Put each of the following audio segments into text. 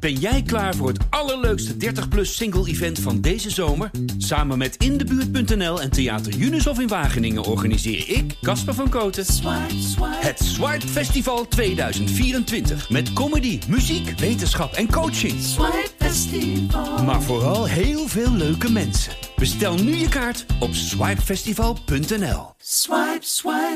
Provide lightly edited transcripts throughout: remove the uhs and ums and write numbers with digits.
Ben jij klaar voor het allerleukste 30-plus single-event van deze zomer? Samen met Indebuurt.nl en Theater Junushof in Wageningen organiseer ik, Casper van Kooten, het Swipe Festival 2024. Met comedy, muziek, wetenschap en coaching. Swipe Festival. Maar vooral heel veel leuke mensen. Bestel nu je kaart op swipefestival.nl. Swipe, swipe.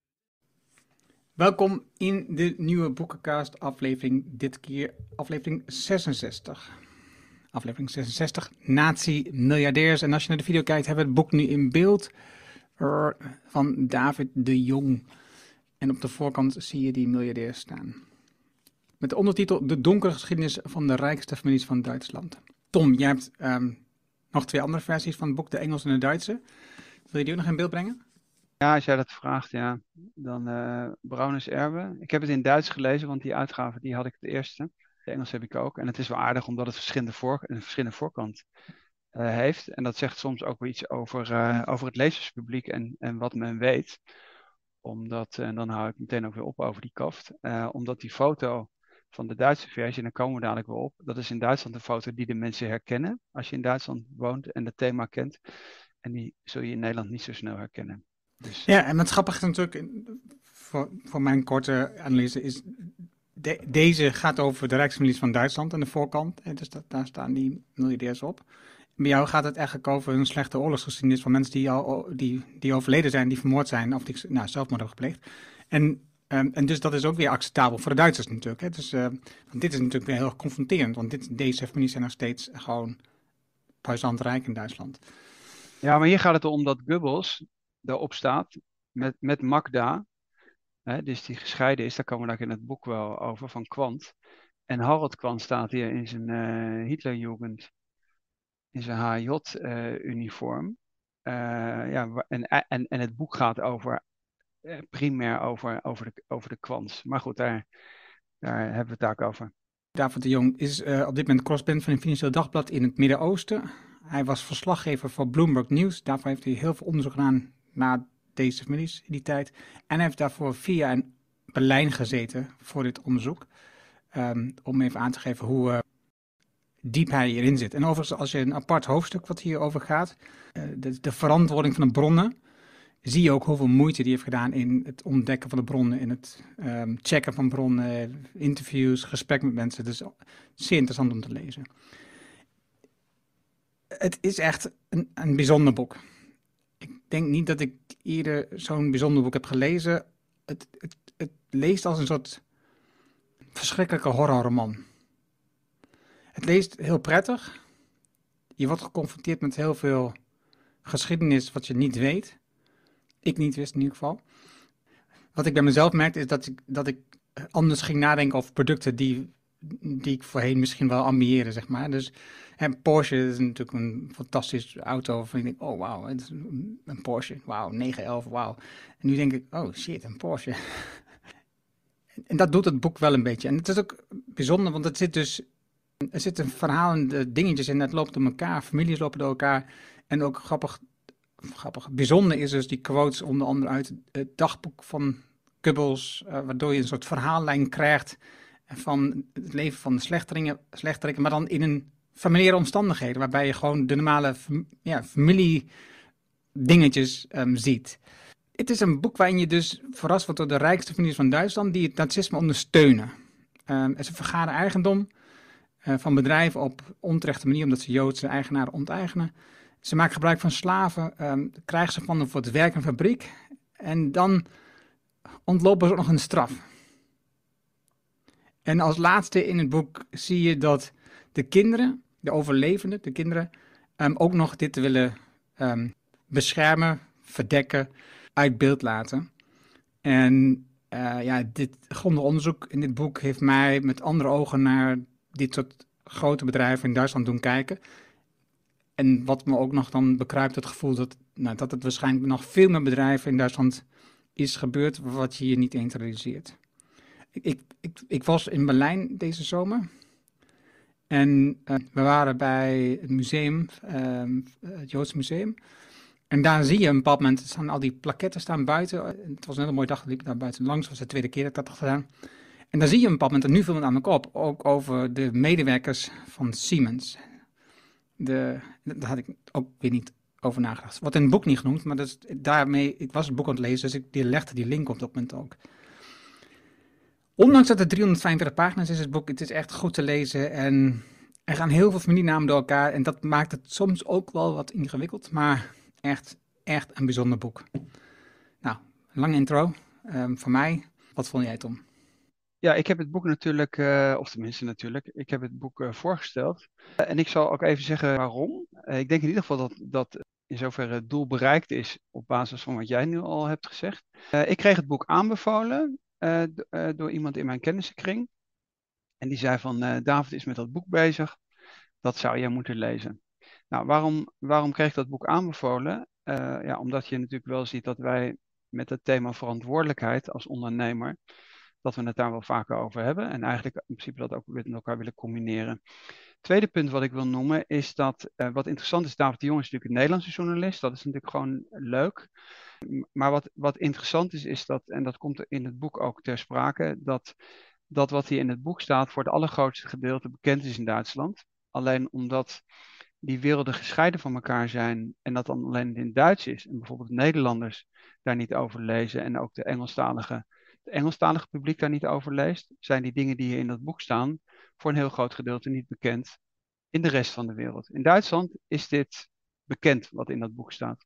Welkom in de nieuwe Boekencast aflevering, dit keer aflevering 66. Aflevering 66, Nazi-miljardairs. En als je naar de video kijkt, hebben we het boek nu in beeld van David de Jong. En op de voorkant zie je die miljardairs staan. Met de ondertitel De donkere geschiedenis van de rijkste families van Duitsland. Tom, jij hebt nog twee andere versies van het boek, de Engelse en de Duitse. Wil je die ook nog in beeld brengen? Ja, als jij dat vraagt, ja. Dan Brauners Erbe. Ik heb het in Duits gelezen, want die uitgave die had ik het eerste. De Engels heb ik ook. En het is wel aardig omdat het een verschillende voorkant heeft. En dat zegt soms ook wel iets over het lezerspubliek en wat men weet. Omdat, en dan hou ik meteen ook weer op over die kaft. Omdat die foto van de Duitse versie, en daar komen we dadelijk wel op. Dat is in Duitsland een foto die de mensen herkennen. Als je in Duitsland woont en het thema kent. En die zul je in Nederland niet zo snel herkennen. Dus... Ja, en het grappige is natuurlijk, voor mijn korte analyse, is deze gaat over de rijksfamilies van Duitsland aan de voorkant. En dus daar staan die miljardairs op. Bij jou gaat het eigenlijk over een slechte oorlogsgeschiedenis van mensen die overleden zijn, die vermoord zijn of die zelfmoord hebben gepleegd. En dus dat is ook weer acceptabel voor de Duitsers natuurlijk. Hè. Dus, want dit is natuurlijk weer heel confronterend, want deze families zijn nog steeds gewoon puissant rijk in Duitsland. Ja, maar hier gaat het om dat Goebbels daarop staat met Magda, dus die gescheiden is, daar komen we daar in het boek wel over, van Quandt. En Harold Quandt staat hier in zijn Hitlerjugend, in zijn HJ-uniform. En het boek gaat primair over de Quandts. Maar goed, daar hebben we het daar ook over. David de Jong is op dit moment correspondent van een Financieel Dagblad in het Midden-Oosten. Hij was verslaggever voor Bloomberg News. Daarvoor heeft hij heel veel onderzoek gedaan naar deze families in die tijd. En hij heeft daarvoor 4 jaar in Berlijn gezeten voor dit onderzoek. Om even aan te geven hoe diep hij hierin zit. En overigens, als je een apart hoofdstuk wat hierover gaat, de verantwoording van de bronnen, zie je ook hoeveel moeite die heeft gedaan in het ontdekken van de bronnen, in het checken van bronnen, interviews, gesprek met mensen. Dus zeer interessant om te lezen. Het is echt een bijzonder boek. Ik denk niet dat ik eerder zo'n bijzonder boek heb gelezen. Het leest als een soort verschrikkelijke horrorroman. Het leest heel prettig. Je wordt geconfronteerd met heel veel geschiedenis wat je niet weet. Ik niet wist in ieder geval. Wat ik bij mezelf merkte is dat ik anders ging nadenken over producten die ik voorheen misschien wel ambieerde, zeg maar. Dus Porsche is natuurlijk een fantastische auto. Van ik denk, oh wauw, het is een Porsche. Wauw, 911, wauw. En nu denk ik, oh shit, een Porsche. En dat doet het boek wel een beetje. En het is ook bijzonder, want er zitten verhalende dingetjes in. Het loopt door elkaar, families lopen door elkaar. En ook grappig, bijzonder is dus die quotes onder andere uit het dagboek van Goebbels, waardoor je een soort verhaallijn krijgt van het leven van de slechterikken, maar dan in een familiaire omstandigheden, waarbij je gewoon de normale familiedingetjes ziet. Het is een boek waarin je dus verrast wordt door de rijkste families van Duitsland die het nazisme ondersteunen. Ze vergaren eigendom van bedrijven op onterechte manier, omdat ze Joodse eigenaren onteigenen. Ze maken gebruik van slaven, krijgen ze van voor het werk in een fabriek en dan ontlopen ze ook nog een straf. En als laatste in het boek zie je dat de kinderen, de overlevenden, de kinderen, ook nog dit willen beschermen, verdekken, uit beeld laten. En dit grondig onderzoek in dit boek heeft mij met andere ogen naar dit soort grote bedrijven in Duitsland doen kijken. En wat me ook nog dan bekruipt het gevoel dat het waarschijnlijk nog veel meer bedrijven in Duitsland is gebeurd wat je hier niet eens realiseert. Ik was in Berlijn deze zomer en we waren bij het museum, het Joods Museum. En daar zie je op een bepaald moment, staan al die plaketten staan buiten. Het was een hele mooie dag, ik liep daar buiten langs, het was de tweede keer dat ik dat had gedaan. En dan zie je op een bepaald moment, en nu viel het aan mijn kop, ook over de medewerkers van Siemens. Daar had ik ook weer niet over nagedacht. Wordt in het boek niet genoemd, maar ik was het boek aan het lezen, dus ik legde die link op dat moment ook. Ondanks dat het 345 pagina's is, het boek, het is echt goed te lezen en er gaan heel veel familienamen door elkaar en dat maakt het soms ook wel wat ingewikkeld, maar echt een bijzonder boek. Nou, lange intro van mij. Wat vond jij, Tom? Ja, ik heb het boek natuurlijk, of tenminste natuurlijk, ik heb het boek voorgesteld. En ik zal ook even zeggen waarom. Ik denk in ieder geval dat in zoverre het doel bereikt is op basis van wat jij nu al hebt gezegd. Ik kreeg het boek aanbevolen door iemand in mijn kennissenkring. En die zei van, David is met dat boek bezig, dat zou jij moeten lezen. Nou, waarom kreeg ik dat boek aanbevolen? Ja, omdat je natuurlijk wel ziet dat wij met het thema verantwoordelijkheid als ondernemer, dat we het daar wel vaker over hebben. En eigenlijk in principe dat ook met elkaar willen combineren. Tweede punt wat ik wil noemen is dat, wat interessant is, David de Jong is natuurlijk een Nederlandse journalist. Dat is natuurlijk gewoon leuk. Maar wat interessant is dat, en dat komt in het boek ook ter sprake, dat wat hier in het boek staat voor het allergrootste gedeelte bekend is in Duitsland. Alleen omdat die werelden gescheiden van elkaar zijn en dat dan alleen in het Duits is en bijvoorbeeld Nederlanders daar niet over lezen en ook het Engelstalige publiek daar niet over leest, zijn die dingen die hier in dat boek staan voor een heel groot gedeelte niet bekend in de rest van de wereld. In Duitsland is dit bekend wat in dat boek staat.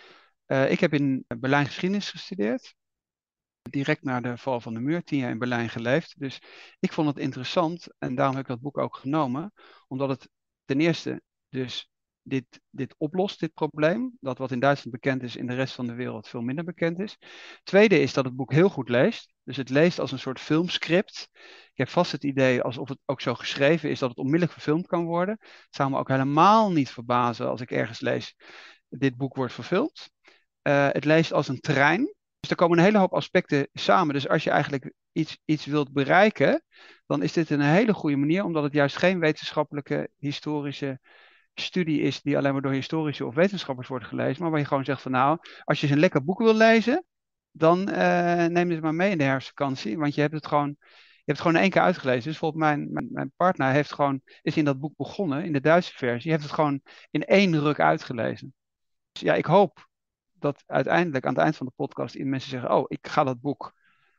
Ik heb in Berlijn geschiedenis gestudeerd. Direct na de val van de muur, 10 jaar in Berlijn geleefd. Dus ik vond het interessant en daarom heb ik dat boek ook genomen. Omdat het ten eerste dus dit oplost, dit probleem. Dat wat in Duitsland bekend is, in de rest van de wereld veel minder bekend is. Tweede is dat het boek heel goed leest. Dus het leest als een soort filmscript. Ik heb vast het idee, alsof het ook zo geschreven is, dat het onmiddellijk verfilmd kan worden. Het zou me ook helemaal niet verbazen als ik ergens lees, dit boek wordt verfilmd. Het leest als een trein. Dus er komen een hele hoop aspecten samen. Dus als je eigenlijk iets wilt bereiken, dan is dit een hele goede manier, omdat het juist geen wetenschappelijke, historische studie is die alleen maar door historici of wetenschappers wordt gelezen, maar waar je gewoon zegt van nou, als je eens een lekker boek wil lezen, dan neem dit maar mee in de herfstvakantie, want je hebt het gewoon in 1 keer uitgelezen. Dus bijvoorbeeld mijn partner is in dat boek begonnen, in de Duitse versie, heeft het gewoon in 1 ruk uitgelezen. Dus ja, ik hoop dat uiteindelijk aan het eind van de podcast mensen zeggen, oh, ik ga dat boek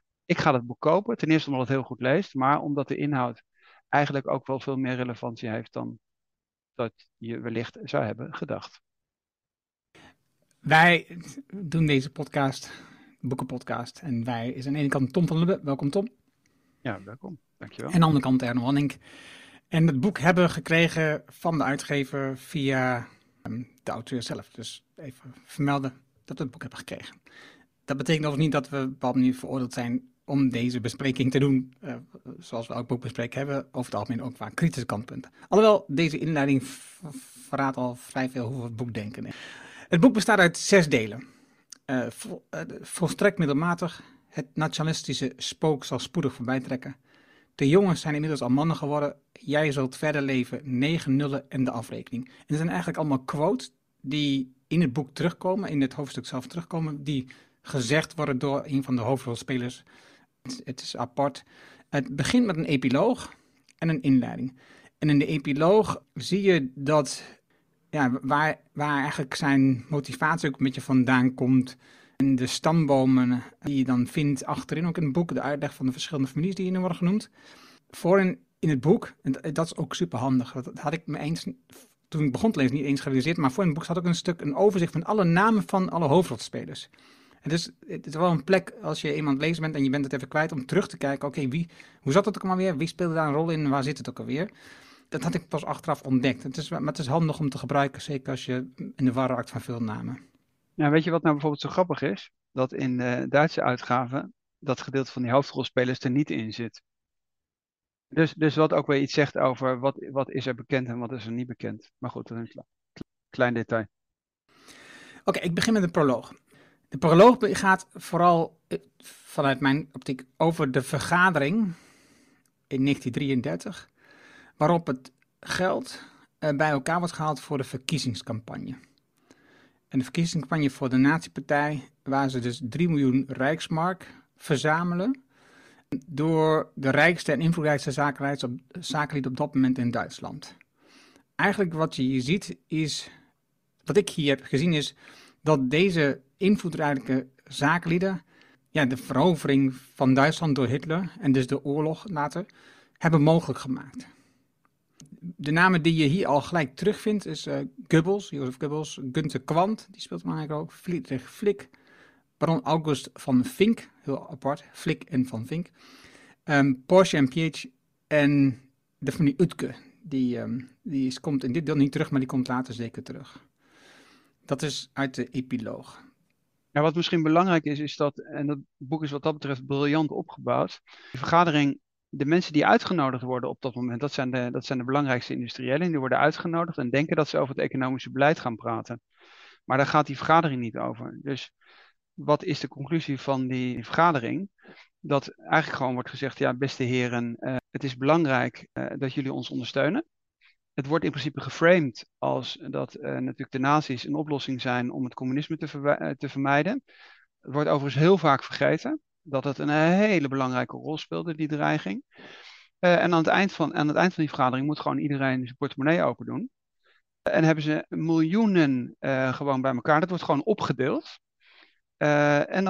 kopen. Ten eerste omdat het heel goed leest, maar omdat de inhoud eigenlijk ook wel veel meer relevantie heeft dan dat je wellicht zou hebben gedacht. Wij doen deze podcast, boekenpodcast, en wij is aan de ene kant Tom van Lubbe. Welkom, Tom. Ja, welkom. Dankjewel. En aan de andere kant Erno Hanning. En het boek hebben we gekregen van de uitgever via de auteur zelf. Dus even vermelden dat we het boek hebben gekregen. Dat betekent overigens niet dat we op een bepaalde manier veroordeeld zijn om deze bespreking te doen. Zoals we elk boek bespreken hebben, over het algemeen ook vaak kritische kantpunten. Alhoewel, deze inleiding verraadt al vrij veel hoe we het boek denken. Het boek bestaat uit 6 delen. Volstrekt middelmatig. Het nationalistische spook zal spoedig voorbij trekken. De jongens zijn inmiddels al mannen geworden. Jij zult verder leven. 9 nullen en de afrekening. En er zijn eigenlijk allemaal quotes die in het boek terugkomen, in het hoofdstuk zelf terugkomen, die gezegd worden door een van de hoofdrolspelers. Het is apart. Het begint met een epiloog en een inleiding. En in de epiloog zie je dat, ja, waar eigenlijk zijn motivatie ook een beetje vandaan komt. En de stambomen die je dan vindt achterin ook in het boek. De uitleg van de verschillende families die hier worden genoemd. Voorin in het boek, en dat is ook super handig. Dat had ik me eens, toen ik begon te lezen, niet eens gerealiseerd. Maar voor in het boek zat ook een overzicht van alle namen van alle hoofdrolspelers. Het is wel een plek als je iemand lezen bent en je bent het even kwijt om terug te kijken. Oké, hoe zat het ook alweer? Wie speelde daar een rol in en waar zit het ook alweer? Dat had ik pas achteraf ontdekt. Maar het is handig om te gebruiken, zeker als je in de war raakt van veel namen. Ja, weet je wat nou bijvoorbeeld zo grappig is? Dat in de Duitse uitgave dat gedeelte van die hoofdrolspelers er niet in zit. Dus wat ook weer iets zegt over wat is er bekend en wat is er niet bekend. Maar goed, dat is een klein detail. Oké, ik begin met de proloog. De proloog gaat vooral vanuit mijn optiek over de vergadering in 1933, waarop het geld bij elkaar wordt gehaald voor de verkiezingscampagne. En de verkiezingscampagne voor de Nazi-partij, waar ze dus 3 miljoen Rijksmark verzamelen door de rijkste en invloedrijkste zakenlieden op dat moment in Duitsland. Eigenlijk wat je hier ziet is, wat ik hier heb gezien is, dat deze invloedrijke zakenlieden de verovering van Duitsland door Hitler en dus de oorlog later hebben mogelijk gemaakt. De namen die je hier al gelijk terugvindt is Goebbels, Jozef Goebbels, Günther Quandt, die speelt een belangrijke rol, Friedrich Flick, baron August van Vink, heel apart, Flick en van Vink, Porsche en Piëch en de familie Utke. Die komt in dit deel niet terug, maar die komt later zeker terug. Dat is uit de epiloog. Ja, wat misschien belangrijk is dat, en dat boek is wat dat betreft briljant opgebouwd, de vergadering, de mensen die uitgenodigd worden op dat moment, dat zijn de belangrijkste industriëlen, die worden uitgenodigd en denken dat ze over het economische beleid gaan praten. Maar daar gaat die vergadering niet over. Dus wat is de conclusie van die vergadering? Dat eigenlijk gewoon wordt gezegd, ja, beste heren, het is belangrijk dat jullie ons ondersteunen. Het wordt in principe geframed als dat natuurlijk de nazi's een oplossing zijn om het communisme te vermijden. Het wordt overigens heel vaak vergeten dat het een hele belangrijke rol speelde, die dreiging. En aan het eind van die vergadering moet gewoon iedereen zijn portemonnee open doen. En hebben ze miljoenen gewoon bij elkaar. Dat wordt gewoon opgedeeld. En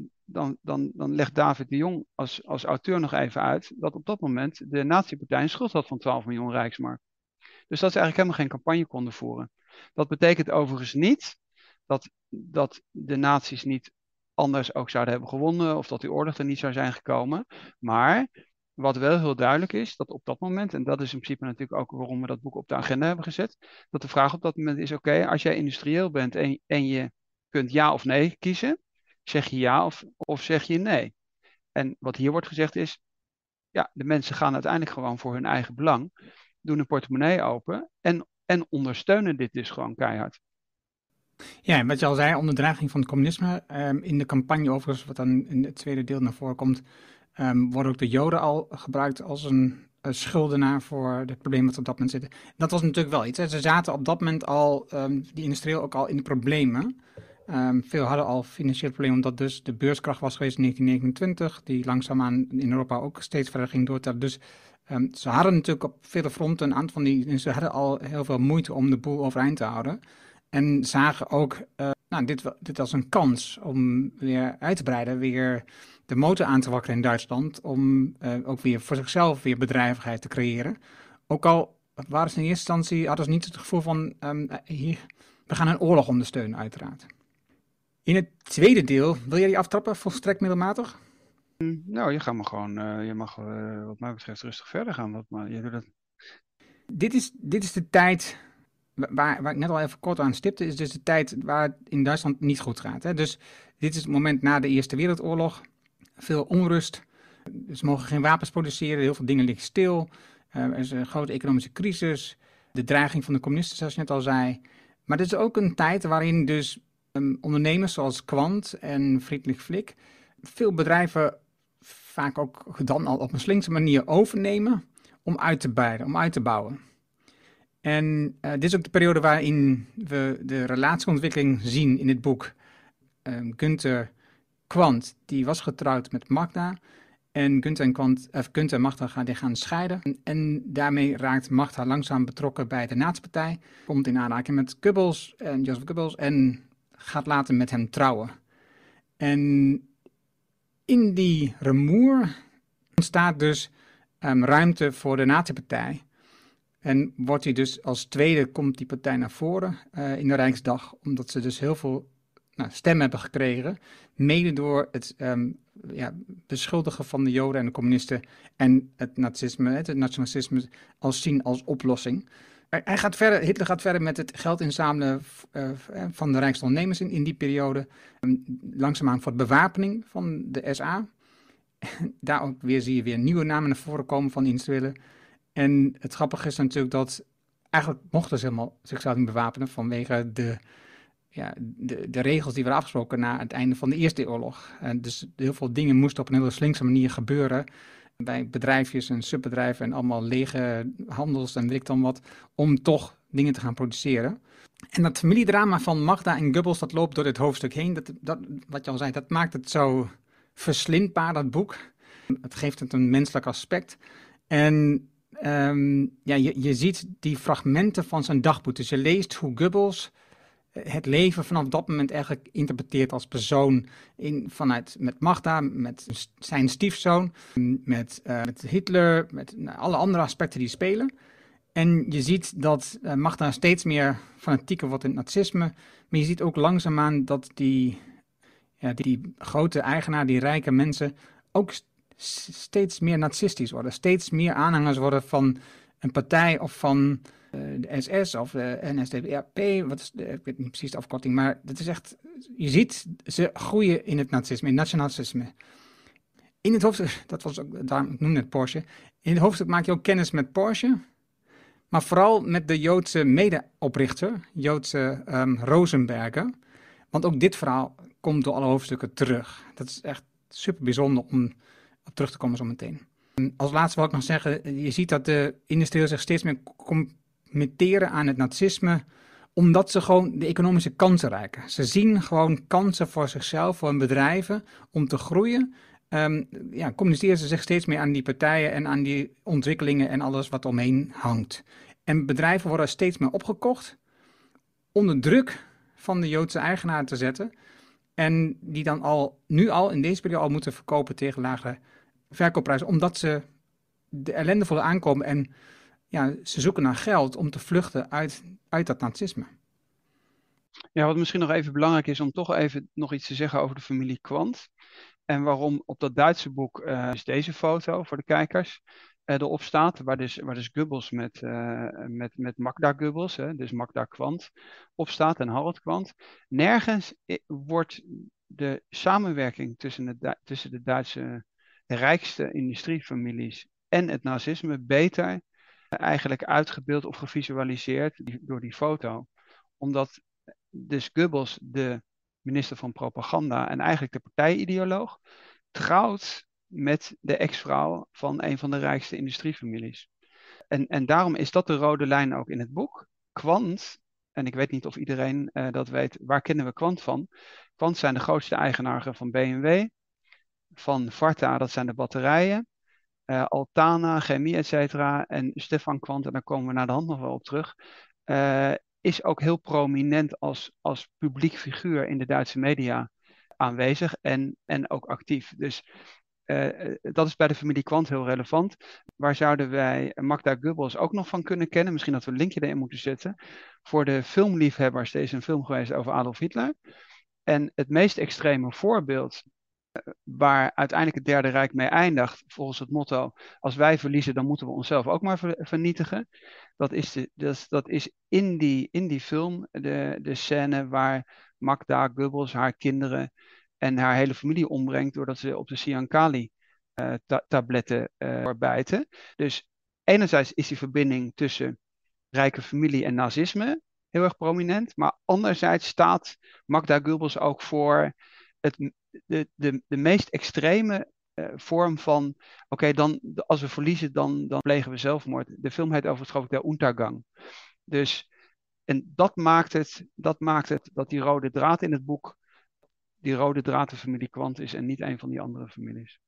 dan legt David de Jong als auteur nog even uit dat op dat moment de nazi-partij een schuld had van 12 miljoen Rijksmark. Dus dat ze eigenlijk helemaal geen campagne konden voeren. Dat betekent overigens niet dat de nazi's niet anders ook zouden hebben gewonnen of dat die oorlog er niet zou zijn gekomen. Maar wat wel heel duidelijk is, dat op dat moment, en dat is in principe natuurlijk ook waarom we dat boek op de agenda hebben gezet, dat de vraag op dat moment is, oké, als jij industrieel bent en je kunt ja of nee kiezen, zeg je ja of zeg je nee. En wat hier wordt gezegd is, ja, de mensen gaan uiteindelijk gewoon voor hun eigen belang, doen een portemonnee open en ondersteunen dit dus gewoon keihard. Ja, wat je al zei, onder dreiging van het communisme, in de campagne overigens, wat dan in het tweede deel naar voren komt, worden ook de Joden al gebruikt als een schuldenaar voor de problemen wat op dat moment zitten. Dat was natuurlijk wel iets. Hè. Ze zaten op dat moment al, die industrieel ook al in de problemen. Veel hadden al financiële problemen, omdat dus de beurskracht was geweest in 1929, die langzaamaan in Europa ook steeds verder ging doortellen. Dus ze hadden natuurlijk op vele fronten, een aantal van die, ze hadden al heel veel moeite om de boel overeind te houden. En zagen ook dit als een kans om weer uit te breiden, weer de motor aan te wakkeren in Duitsland, om ook weer voor zichzelf weer bedrijvigheid te creëren. Ook al waren ze in eerste instantie, hadden ze niet het gevoel van, we gaan een oorlog ondersteunen uiteraard. In het tweede deel, wil jij die aftrappen, volstrekt middelmatig? Nou, je mag wat mij betreft rustig verder gaan. Je doet dat. Dit is de tijd waar ik net al even kort aan stipte, is dus de tijd waar het in Duitsland niet goed gaat. Hè? Dus dit is het moment na de Eerste Wereldoorlog. Veel onrust. Ze mogen geen wapens produceren, heel veel dingen liggen stil. Er is een grote economische crisis. De dreiging van de communisten, zoals je net al zei. Maar dit is ook een tijd waarin dus ondernemers zoals Quandt en Friedrich Flick veel bedrijven vaak ook dan al op een slinkse manier overnemen om uit te breiden, om uit te bouwen. En dit is ook de periode waarin we de relatieontwikkeling zien in het boek. Günther Quandt, die was getrouwd met Magda. En Günther en Magda gaan scheiden. En daarmee raakt Magda langzaam betrokken bij de nazi-partij. Komt in aanraking met Goebbels en Jozef Goebbels en gaat later met hem trouwen. En in die rumoer ontstaat dus ruimte voor de nazi-partij. En wordt hij dus als tweede, komt die partij naar voren in de Rijksdag, omdat ze dus heel veel stemmen hebben gekregen, mede door het beschuldigen van de Joden en de communisten en het nazisme, het nationalisme zien als oplossing. Hitler gaat verder met het geld inzamelen van de rijkste ondernemers in die periode, langzaamaan voor de bewapening van de SA. Daar ook weer zie je weer nieuwe namen naar voren komen van industriëlen. En het grappige is natuurlijk dat eigenlijk mochten ze helemaal zichzelf niet bewapenen vanwege de regels die werden afgesproken na het einde van de Eerste Oorlog. En dus heel veel dingen moesten op een hele slinkse manier gebeuren bij bedrijfjes en subbedrijven en allemaal lege handels en weet ik dan wat, om toch dingen te gaan produceren. En dat familiedrama van Magda en Goebbels, dat loopt door dit hoofdstuk heen. Dat, wat je al zei, dat maakt het zo verslindbaar, dat boek. Het geeft het een menselijk aspect. En je ziet die fragmenten van zijn dagboek. Dus je leest hoe Goebbels het leven vanaf dat moment eigenlijk interpreteert als persoon. Met Magda, met zijn stiefzoon, met Hitler, met alle andere aspecten die spelen. En je ziet dat Magda steeds meer fanatieker wordt in het nazisme. Maar je ziet ook langzaamaan dat die grote eigenaar, die rijke mensen, ook steeds meer nazistisch worden. Steeds meer aanhangers worden van een partij of van de SS of de NSDAP. Ik weet niet precies de afkorting, maar dat is echt, je ziet ze groeien in het nazisme, in het nationalisme. In het hoofdstuk, dat was ook, daarom ik noemde het Porsche. In het hoofdstuk maak je ook kennis met Porsche, maar vooral met de Joodse medeoprichter, Joodse Rosenberger. Want ook dit verhaal komt door alle hoofdstukken terug. Dat is echt super bijzonder om op terug te komen zo meteen. Als laatste wil ik nog zeggen, je ziet dat de industriëlen zich steeds meer committeren aan het nazisme, omdat ze gewoon de economische kansen reiken. Ze zien gewoon kansen voor zichzelf, voor hun bedrijven, om te groeien. Communiceren ze zich steeds meer aan die partijen en aan die ontwikkelingen en alles wat omheen hangt. En bedrijven worden steeds meer opgekocht, onder druk van de Joodse eigenaar te zetten. En die dan nu al in deze periode al moeten verkopen tegen lage verkoopprijzen, omdat ze de ellende voelen aankomen en ze zoeken naar geld om te vluchten uit dat nazisme. Ja, wat misschien nog even belangrijk is om toch even nog iets te zeggen over de familie Quandt. En waarom op dat Duitse boek is deze foto voor de kijkers erop staat, waar dus Goebbels met Magda Goebbels, dus Magda Quandt, op staat en Harold Quandt. Nergens wordt de samenwerking tussen de Duitse rijkste industriefamilies en het nazisme beter eigenlijk uitgebeeld of gevisualiseerd door die foto. Omdat dus Goebbels, de minister van propaganda en eigenlijk de partijideoloog, trouwt met de ex-vrouw van een van de rijkste industriefamilies. En daarom is dat de rode lijn ook in het boek. Quandt, en ik weet niet of iedereen dat weet, waar kennen we Quandt van? Quandt zijn de grootste eigenaren van BMW, van Varta, dat zijn de batterijen, Altana, chemie, et cetera. En Stefan Quandt, en daar komen we naar de hand nog wel op terug, is ook heel prominent als publiek figuur in de Duitse media aanwezig en ook actief. Dus dat is bij de familie Quandt heel relevant. Waar zouden wij Magda Goebbels ook nog van kunnen kennen? Misschien dat we een linkje erin moeten zetten. Voor de filmliefhebbers, er is een film geweest over Adolf Hitler. En het meest extreme voorbeeld waar uiteindelijk het Derde Rijk mee eindigt, volgens het motto, als wij verliezen, dan moeten we onszelf ook maar vernietigen. Dat is in die film de scène waar Magda Goebbels haar kinderen en haar hele familie ombrengt, doordat ze op de Cyankali tabletten bijten. Dus enerzijds is die verbinding tussen rijke familie en nazisme heel erg prominent, maar anderzijds staat Magda Goebbels ook voor de meest extreme vorm van, dan als we verliezen, dan plegen we zelfmoord. De film heet overigens, geloof ik, de Untergang. Dus, en dat maakt het dat die rode draad in het boek, die rode draad de familie Quandt is en niet een van die andere families.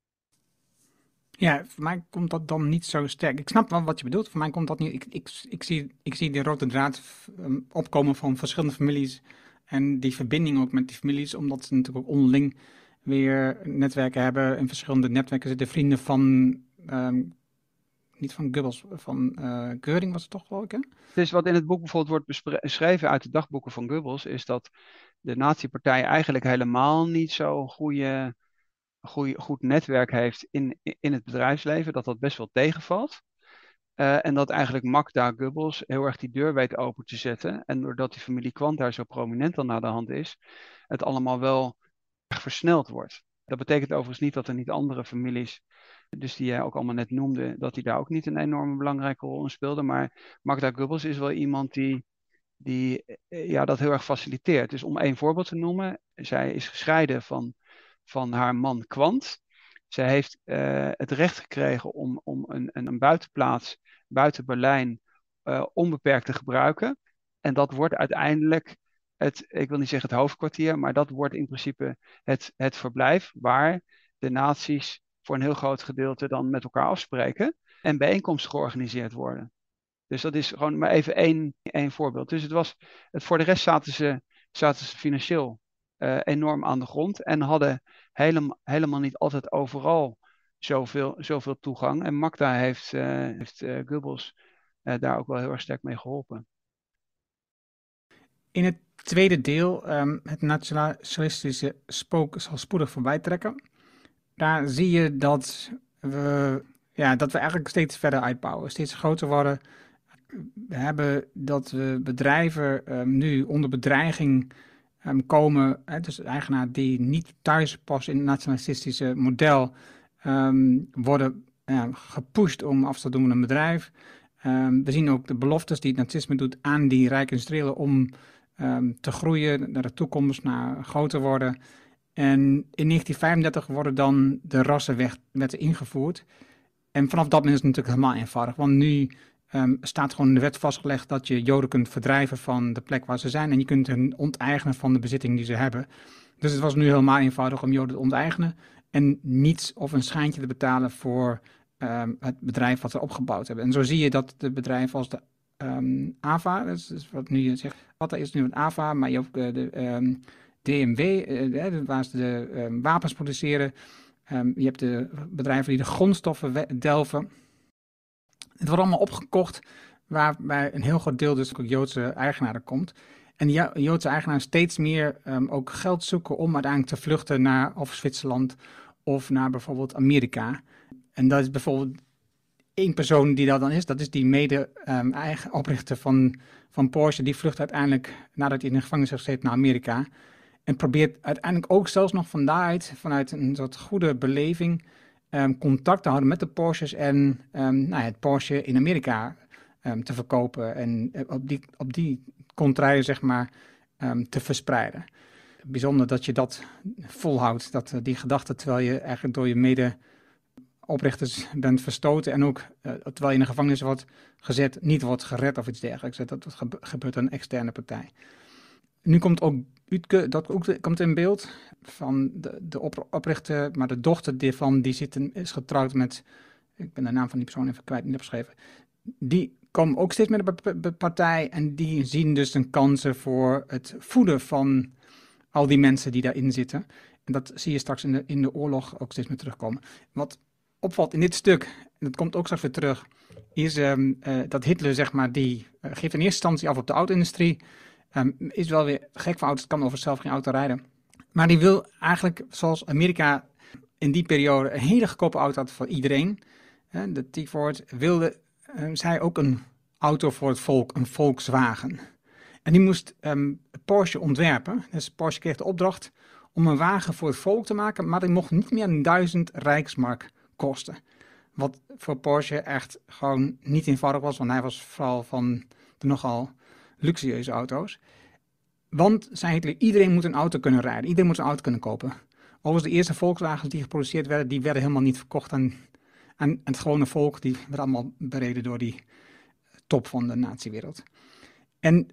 Ja, voor mij komt dat dan niet zo sterk. Ik snap wel wat je bedoelt. Voor mij komt dat niet. Ik zie die rode draad opkomen van verschillende families. En die verbinding ook met die families, omdat ze natuurlijk ook onderling weer netwerken hebben. In verschillende netwerken zitten vrienden van, niet van Goebbels, van Göring was het toch wel, hè? Dus wat in het boek bijvoorbeeld wordt beschreven uit de dagboeken van Goebbels, is dat de nazi-partij eigenlijk helemaal niet zo'n goed netwerk heeft in het bedrijfsleven, dat best wel tegenvalt. En dat eigenlijk Magda Goebbels heel erg die deur weet open te zetten. En doordat die familie Quandt daar zo prominent dan naar de hand is, het allemaal wel erg versneld wordt. Dat betekent overigens niet dat er niet andere families, dus die jij ook allemaal net noemde, dat die daar ook niet een enorme belangrijke rol in speelden. Maar Magda Goebbels is wel iemand die dat heel erg faciliteert. Dus om één voorbeeld te noemen, zij is gescheiden van haar man Quandt. Zij heeft het recht gekregen om een buitenplaats buiten Berlijn onbeperkt te gebruiken. En dat wordt uiteindelijk ik wil niet zeggen het hoofdkwartier, maar dat wordt in principe het verblijf waar de nazi's voor een heel groot gedeelte dan met elkaar afspreken en bijeenkomsten georganiseerd worden. Dus dat is gewoon maar even één voorbeeld. Dus voor de rest zaten ze financieel enorm aan de grond en hadden helemaal niet altijd overal zoveel toegang. En Magda heeft Goebbels daar ook wel heel erg sterk mee geholpen. In het tweede deel, het nationalistische spook zal spoedig voorbij trekken. Daar zie je dat we eigenlijk steeds verder uitbouwen, steeds groter worden. We hebben dat we bedrijven nu onder bedreiging komen. Dus de eigenaar die niet thuis passen in het nationalistische model worden gepusht om af te doen met een bedrijf. We zien ook de beloftes die het nazisme doet aan die rijke industriëlen om te groeien naar de toekomst, naar groter worden. En in 1935 worden dan de rassenwetten ingevoerd. En vanaf dat moment is het natuurlijk helemaal eenvoudig. Want nu staat gewoon in de wet vastgelegd dat je Joden kunt verdrijven van de plek waar ze zijn. En je kunt hen onteigenen van de bezitting die ze hebben. Dus het was nu helemaal eenvoudig om Joden te onteigenen. En niets of een schijntje te betalen voor het bedrijf wat ze opgebouwd hebben. En zo zie je dat de bedrijven als de AVA, dat is wat nu zegt, wat is nu een AVA, maar je hebt de DMW, waar ze de wapens produceren. Je hebt de bedrijven die de grondstoffen delven. Het wordt allemaal opgekocht, waarbij een heel groot deel dus ook Joodse eigenaren komt. En die Joodse eigenaren steeds meer ook geld zoeken om uiteindelijk te vluchten naar of Zwitserland of naar bijvoorbeeld Amerika. En dat is bijvoorbeeld één persoon die dat dan is. Dat is die eigen oprichter van Porsche. Die vlucht uiteindelijk, nadat hij in de gevangenis heeft gezeten, naar Amerika. En probeert uiteindelijk ook zelfs nog vanuit een soort goede beleving, contact te houden met de Porsches en het Porsche in Amerika te verkopen. En op die contraien, zeg maar, te verspreiden. Bijzonder dat je dat volhoudt, die gedachte, terwijl je eigenlijk door je mede-oprichters bent verstoten en ook terwijl je in de gevangenis wordt gezet, niet wordt gered of iets dergelijks. Dat gebeurt door een externe partij. Nu komt ook Utke, dat komt in beeld van de oprichter, maar de dochter daarvan is getrouwd met, ik ben de naam van die persoon even kwijt, niet opgeschreven. Die komen ook steeds met de partij en die zien dus een kansen voor het voeden van al die mensen die daarin zitten. En dat zie je straks in de oorlog ook steeds meer terugkomen. Wat opvalt in dit stuk, en dat komt ook straks weer terug, is dat Hitler, zeg maar, die geeft in eerste instantie af op de auto-industrie. Is wel weer gek van auto's, kan over zelf geen auto rijden. Maar die wil eigenlijk, zoals Amerika in die periode een hele goedkope auto had voor iedereen. De T-Ford wilde zij ook een auto voor het volk, een Volkswagen. En die moest Porsche ontwerpen. Dus Porsche kreeg de opdracht om een wagen voor het volk te maken, maar die mocht niet meer dan 1000 Rijksmark kosten. Wat voor Porsche echt gewoon niet eenvoudig was, want hij was vooral van de nogal luxueuze auto's. Want, zei Hitler, iedereen moet een auto kunnen rijden. Iedereen moet een auto kunnen kopen. Overigens, de eerste Volkswagens die geproduceerd werden, die werden helemaal niet verkocht aan het gewone volk. Die werden allemaal bereden door die top van de natiewereld. En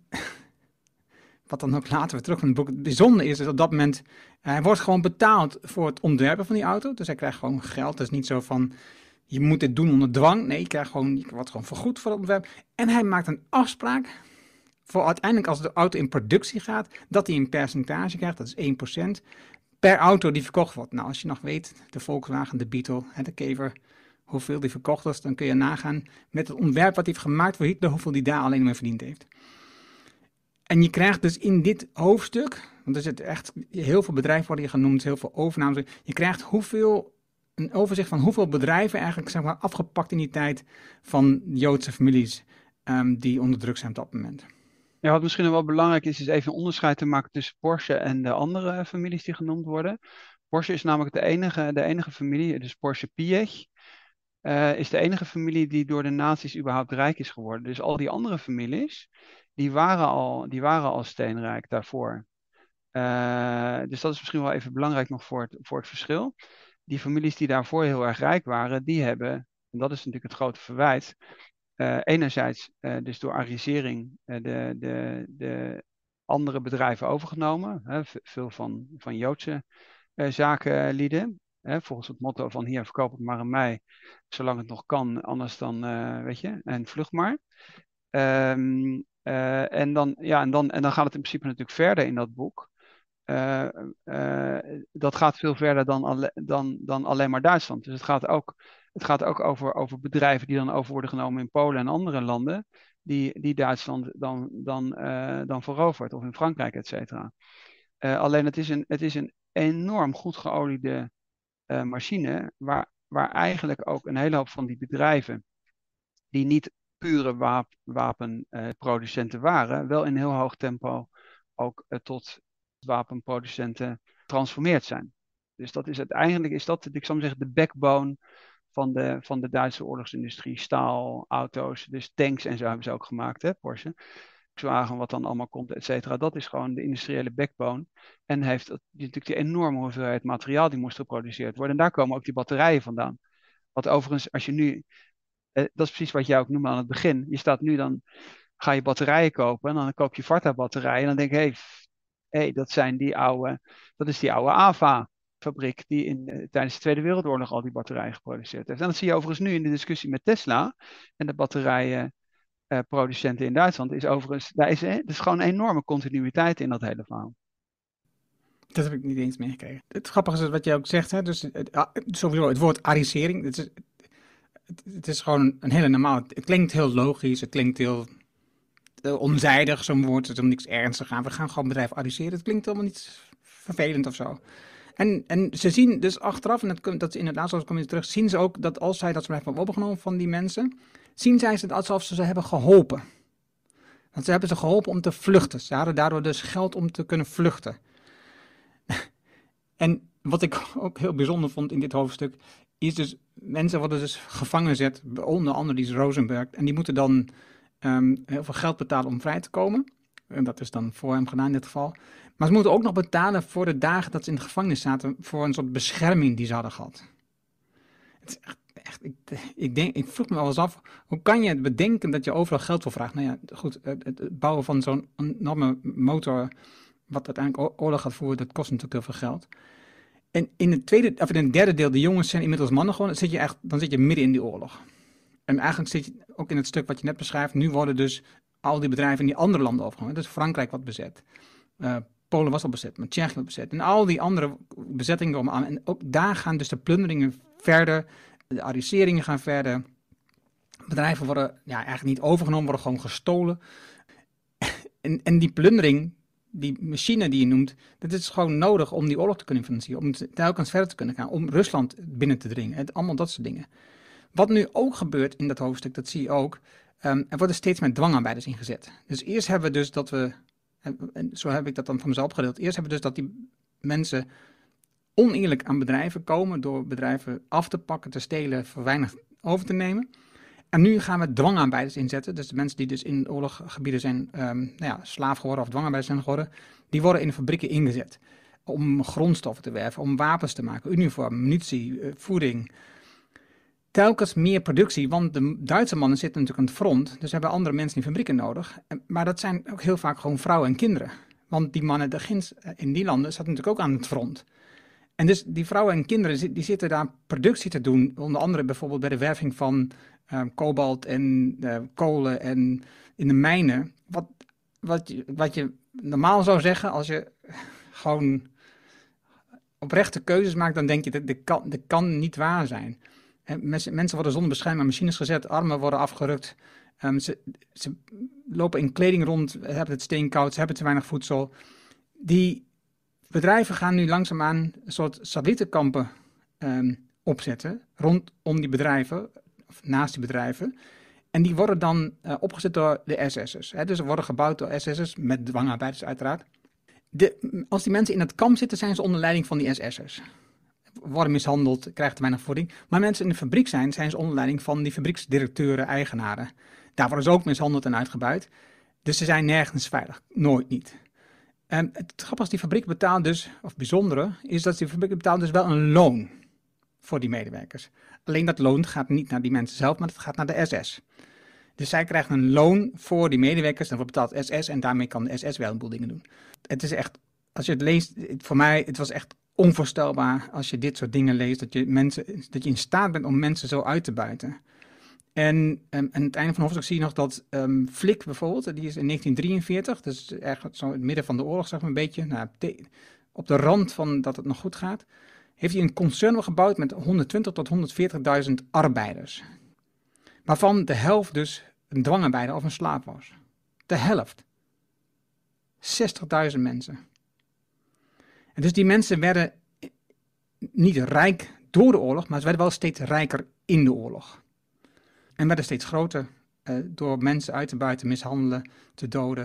wat dan ook later weer terug van het boek. Het bijzondere is dat op dat moment, hij wordt gewoon betaald voor het ontwerpen van die auto. Dus hij krijgt gewoon geld. Het is niet zo van, je moet dit doen onder dwang. Nee, je wordt gewoon vergoed voor het ontwerp. En hij maakt een afspraak voor uiteindelijk als de auto in productie gaat, dat hij een percentage krijgt, dat is 1%, per auto die verkocht wordt. Nou, als je nog weet, de Volkswagen, de Beetle, de Kever, hoeveel die verkocht is, dan kun je nagaan met het ontwerp wat hij heeft gemaakt voor Hitler, hoeveel die daar alleen maar verdiend heeft. En je krijgt dus in dit hoofdstuk, want er zitten echt heel veel bedrijven worden hier genoemd, heel veel overnames, je krijgt een overzicht van hoeveel bedrijven eigenlijk, zeg maar, afgepakt in die tijd van Joodse families die onder druk zijn op dat moment. Ja, wat misschien nog wel belangrijk is even een onderscheid te maken tussen Porsche en de andere families die genoemd worden. Porsche is namelijk de enige familie, dus Porsche Piëch, is de enige familie die door de nazi's überhaupt rijk is geworden. Dus al die andere families, die waren al steenrijk daarvoor. Dus dat is misschien wel even belangrijk nog voor het verschil. Die families die daarvoor heel erg rijk waren, die hebben, en dat is natuurlijk het grote verwijt, enerzijds dus door arisering de andere bedrijven overgenomen. Veel van Joodse zakenlieden. Volgens het motto van hier verkoop het maar aan mij, zolang het nog kan, anders dan, weet je, en vlucht maar. En dan gaat het in principe natuurlijk verder in dat boek. Dat gaat veel verder dan alleen maar Duitsland. Dus het gaat ook over bedrijven die dan over worden genomen in Polen en andere landen, die Duitsland dan verovert, of in Frankrijk, et cetera. Alleen het is een enorm goed geoliede machine, waar eigenlijk ook een hele hoop van die bedrijven, die niet pure wapenproducenten waren, wel in heel hoog tempo ook tot wapenproducenten getransformeerd zijn. Dus dat is uiteindelijk, ik zou maar zeggen, de backbone van de Duitse oorlogsindustrie. Staal, auto's, dus tanks en zo hebben ze ook gemaakt, hè, Porsche. Volkswagen, wat dan allemaal komt, et cetera. Dat is gewoon de industriële backbone. En heeft natuurlijk die enorme hoeveelheid materiaal die moest geproduceerd worden. En daar komen ook die batterijen vandaan. Wat overigens, als je nu, dat is precies wat jij ook noemde aan het begin. Je staat nu dan, ga je batterijen kopen en dan koop je Varta-batterijen. En dan denk je, hey, dat is die oude AVA-fabriek die tijdens de Tweede Wereldoorlog al die batterijen geproduceerd heeft. En dat zie je overigens nu in de discussie met Tesla en de batterijenproducenten in Duitsland. Er is gewoon een enorme continuïteit in dat hele verhaal. Dat heb ik niet eens meegekregen. Het grappige is wat jij ook zegt, hè? Dus sowieso het woord arisering, het is gewoon een hele normale. Het klinkt heel logisch, het klinkt heel onzijdig, zo'n woord. Het is om niks ernstigs aan. We gaan gewoon bedrijf ariseren. Het klinkt helemaal niet vervelend of zo. En ze zien dus achteraf, en dat is inderdaad, zoals kom je terug, zien ze ook dat als zij dat bedrijf hebben opgenomen van die mensen, zien zij het alsof ze hebben geholpen. Want ze hebben ze geholpen om te vluchten. Ze hadden daardoor dus geld om te kunnen vluchten. En wat ik ook heel bijzonder vond in dit hoofdstuk, is dus, mensen worden dus gevangen gezet, onder andere die Rosenberg, en die moeten dan heel veel geld betalen om vrij te komen. En dat is dan voor hem gedaan in dit geval. Maar ze moeten ook nog betalen voor de dagen dat ze in de gevangenis zaten, voor een soort bescherming die ze hadden gehad. Het is echt ik vroeg me wel eens af, hoe kan je bedenken dat je overal geld voor vraagt? Nou ja, goed, het bouwen van zo'n enorme motor, wat uiteindelijk oorlog gaat voeren, dat kost natuurlijk heel veel geld. En in het derde deel, de jongens zijn inmiddels mannen gewoon, dan zit je midden in die oorlog. En eigenlijk zit je ook in het stuk wat je net beschrijft, nu worden dus al die bedrijven in die andere landen overgenomen. Dus Frankrijk wordt bezet. Polen was al bezet, maar Tsjechië wordt bezet. En al die andere bezettingen komen aan. En ook daar gaan dus de plunderingen verder, de ariseringen gaan verder. Bedrijven worden eigenlijk niet overgenomen, worden gewoon gestolen. En die plundering, die machine die je noemt, dat is gewoon nodig om die oorlog te kunnen financieren. Om telkens verder te kunnen gaan, om Rusland binnen te dringen. En allemaal dat soort dingen. Wat nu ook gebeurt in dat hoofdstuk, dat zie je ook, er worden steeds meer dwangarbeiders ingezet. Dus eerst hebben we dus dat we, en zo heb ik dat dan van mezelf opgedeeld, eerst hebben we dus dat die mensen oneerlijk aan bedrijven komen door bedrijven af te pakken, te stelen, voor weinig over te nemen. En nu gaan we dwangarbeiders inzetten, dus de mensen die dus in oorlogsgebieden zijn slaaf geworden of dwangarbeiders zijn geworden, die worden in de fabrieken ingezet om grondstoffen te werven, om wapens te maken, uniform, munitie, voeding. Telkens meer productie, want de Duitse mannen zitten natuurlijk aan het front, dus hebben andere mensen in fabrieken nodig. Maar dat zijn ook heel vaak gewoon vrouwen en kinderen. Want die mannen in die landen zaten natuurlijk ook aan het front. En dus die vrouwen en kinderen die zitten daar productie te doen, onder andere bijvoorbeeld bij de werving van kobalt en kolen en in de mijnen. Wat je normaal zou zeggen als je gewoon oprechte keuzes maakt, dan denk je dat kan niet waar zijn. Mensen worden zonder bescherming aan machines gezet, armen worden afgerukt. Ze lopen in kleding rond, hebben het steenkoud, ze hebben te weinig voedsel. Die bedrijven gaan nu langzaamaan een soort satellietenkampen opzetten rondom die bedrijven, of naast die bedrijven. En die worden dan opgezet door de SS'ers. Dus ze worden gebouwd door SS'ers, met dwangarbeiders uiteraard. Als die mensen in het kamp zitten, zijn ze onder leiding van die SS'ers. Worden mishandeld, krijgen te weinig voeding. Maar mensen in de fabriek zijn ze onder leiding van die fabrieksdirecteuren, eigenaren. Daar worden ze ook mishandeld en uitgebuit. Dus ze zijn nergens veilig. Nooit niet. Het grappige is, die fabriek betaalt dus, of bijzondere, is dat die fabriek betaalt dus wel een loon voor die medewerkers. Alleen dat loon gaat niet naar die mensen zelf, maar het gaat naar de SS. Dus zij krijgen een loon voor die medewerkers, dan wordt betaald SS en daarmee kan de SS wel een boel dingen doen. Het is echt, als je het leest, voor mij, het was echt onvoorstelbaar als je dit soort dingen leest, dat je in staat bent om mensen zo uit te buiten. En aan het einde van de hoofdstuk zie je nog dat Flick bijvoorbeeld, die is in 1943, dus eigenlijk zo in het midden van de oorlog, zeg maar een beetje, op de rand van dat het nog goed gaat, heeft hij een concern gebouwd met 120 tot 140.000 arbeiders. Waarvan de helft dus een dwangarbeider of een slaaf was. De helft. 60.000 mensen. En dus die mensen werden niet rijk door de oorlog, maar ze werden wel steeds rijker in de oorlog. En werden steeds groter door mensen uit te buiten, mishandelen, te doden.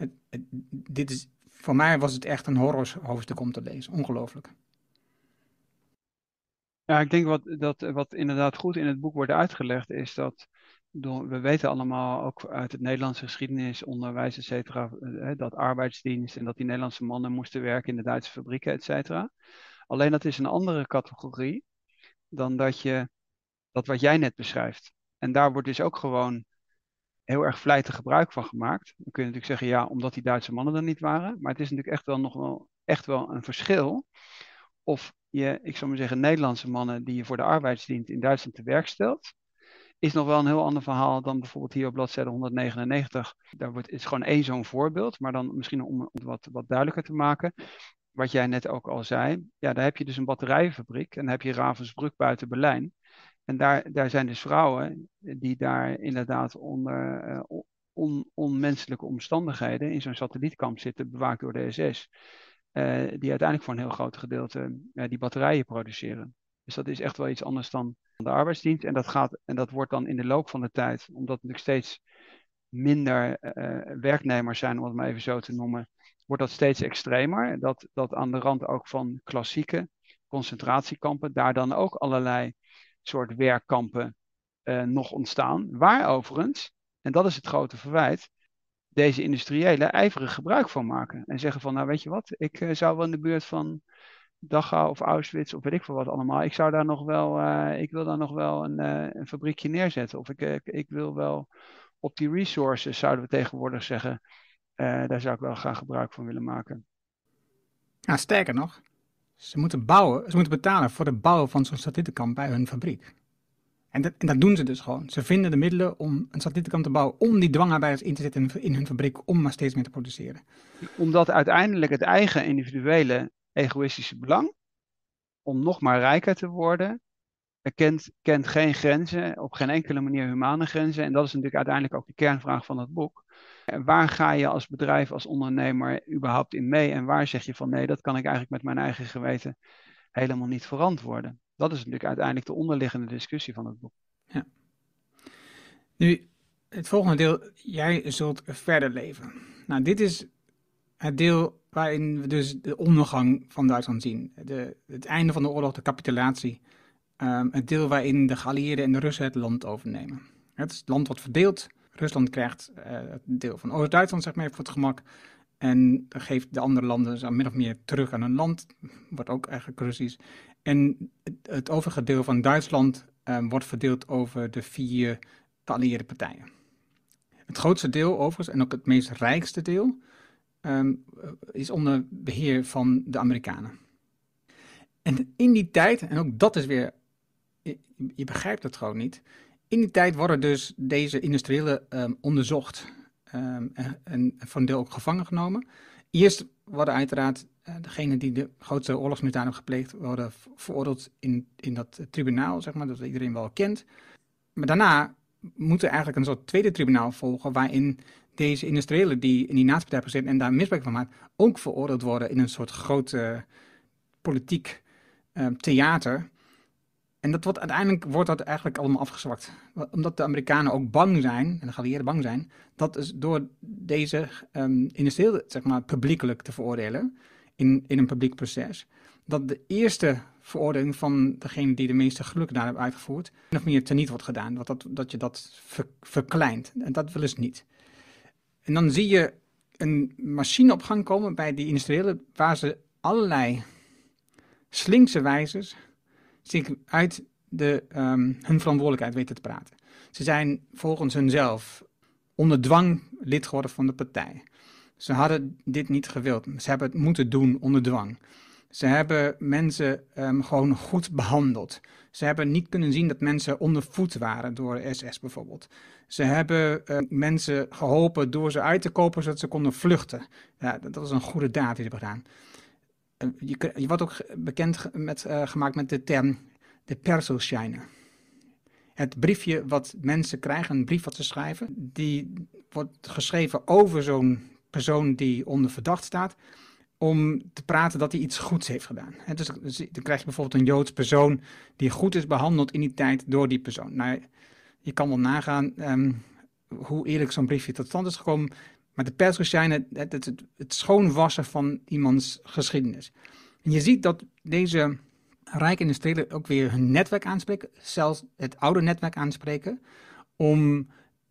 Voor mij was het echt een horrorhoofdstuk om te lezen. Ongelooflijk. Ja, ik denk wat inderdaad goed in het boek wordt uitgelegd is dat, we weten allemaal ook uit het Nederlandse geschiedenis, onderwijs, et cetera, dat arbeidsdienst en dat die Nederlandse mannen moesten werken in de Duitse fabrieken, et cetera. Alleen dat is een andere categorie dan dat wat jij net beschrijft. En daar wordt dus ook gewoon heel erg vlijtig gebruik van gemaakt. Dan kun je natuurlijk zeggen, ja, omdat die Duitse mannen er niet waren. Maar het is natuurlijk echt wel een verschil of je, ik zou maar zeggen, Nederlandse mannen die je voor de arbeidsdienst in Duitsland te werk stelt, is nog wel een heel ander verhaal dan bijvoorbeeld hier op bladzijde 199. Is gewoon één zo'n voorbeeld, maar dan misschien om het wat duidelijker te maken. Wat jij net ook al zei, ja, daar heb je dus een batterijenfabriek en dan heb je Ravensbrück buiten Berlijn. En daar zijn dus vrouwen die daar inderdaad onder onmenselijke omstandigheden in zo'n satellietkamp zitten, bewaakt door de SS. Die uiteindelijk voor een heel groot gedeelte die batterijen produceren. Dus dat is echt wel iets anders dan de arbeidsdienst. En dat wordt dan in de loop van de tijd, omdat er steeds minder werknemers zijn, om het maar even zo te noemen, wordt dat steeds extremer. Dat aan de rand ook van klassieke concentratiekampen, daar dan ook allerlei soort werkkampen nog ontstaan. Waar overigens, en dat is het grote verwijt, deze industriëlen ijverig gebruik van maken. En zeggen van, nou weet je wat, ik zou wel in de buurt van Dachau of Auschwitz of weet ik veel wat allemaal. Ik wil daar nog wel een fabriekje neerzetten. Of ik wil wel op die resources, zouden we tegenwoordig zeggen, daar zou ik wel graag gebruik van willen maken. Ja, sterker nog, ze moeten betalen voor het bouwen van zo'n satellietkamp bij hun fabriek. En dat doen ze dus gewoon. Ze vinden de middelen om een satellietkamp te bouwen, om die dwangarbeiders in te zetten in hun fabriek, om maar steeds meer te produceren. Omdat uiteindelijk het eigen individuele egoïstische belang, om nog maar rijker te worden, kent geen grenzen, op geen enkele manier humane grenzen. En dat is natuurlijk uiteindelijk ook de kernvraag van het boek. En waar ga je als bedrijf, als ondernemer überhaupt in mee? En waar zeg je van nee, dat kan ik eigenlijk met mijn eigen geweten helemaal niet verantwoorden? Dat is natuurlijk uiteindelijk de onderliggende discussie van het boek. Ja. Nu, het volgende deel, jij zult verder leven. Nou, dit is het deel waarin we dus de ondergang van Duitsland zien. Het einde van de oorlog, de capitulatie. Het deel waarin de geallieerden en de Russen het land overnemen. Het land wordt verdeeld. Rusland krijgt het deel van Oost-Duitsland, zeg maar, voor het gemak. En geeft de andere landen min of meer terug aan hun land. Wordt ook eigenlijk Russisch. En het overige deel van Duitsland wordt verdeeld over de 4 geallieerde partijen. Het grootste deel overigens, en ook het meest rijkste deel, is onder beheer van de Amerikanen. En in die tijd, en ook dat is weer, je begrijpt het gewoon niet, in die tijd worden dus deze industriëlen onderzocht en voor een deel ook gevangen genomen. Eerst worden uiteraard degenen die de grootste oorlogsmisdaden hebben gepleegd, worden veroordeeld in dat tribunaal, zeg maar, dat iedereen wel kent. Maar daarna moet er eigenlijk een soort tweede tribunaal volgen, waarin deze industriëlen die in die nazi-partij hebben gezeten en daar misbruik van maken, ook veroordeeld worden in een soort groot politiek theater. En uiteindelijk wordt dat eigenlijk allemaal afgezwakt. Omdat de Amerikanen ook bang zijn, en de geallieerden bang zijn, dat is door deze industriëlen, zeg maar, publiekelijk te veroordelen in een publiek proces, dat de eerste veroordeling van degene die de meeste gelukken daar hebben uitgevoerd, nog meer teniet wordt gedaan. Dat je dat verkleint. En dat willen ze niet. En dan zie je een machine op gang komen bij die industriëlen, waar ze allerlei slinkse wijzes zich uit hun verantwoordelijkheid weten te praten. Ze zijn volgens hunzelf onder dwang lid geworden van de partij. Ze hadden dit niet gewild. Ze hebben het moeten doen onder dwang. Ze hebben mensen gewoon goed behandeld. Ze hebben niet kunnen zien dat mensen onder voet waren door SS bijvoorbeeld. Ze hebben mensen geholpen door ze uit te kopen zodat ze konden vluchten. Ja, dat was een goede daad die ze hebben gedaan. Je wordt ook gemaakt met de term de Perselscheine. Het briefje wat mensen krijgen, een brief wat ze schrijven, die wordt geschreven over zo'n persoon die onder verdacht staat, om te praten dat hij iets goeds heeft gedaan. En dus dan krijg je bijvoorbeeld een Joods persoon die goed is behandeld in die tijd door die persoon. Nou, je kan wel nagaan hoe eerlijk zo'n briefje tot stand is gekomen, maar de Perselscheine, het schoonwassen van iemands geschiedenis. En je ziet dat deze rijke industriëlen ook weer hun netwerk aanspreken, zelfs het oude netwerk aanspreken, om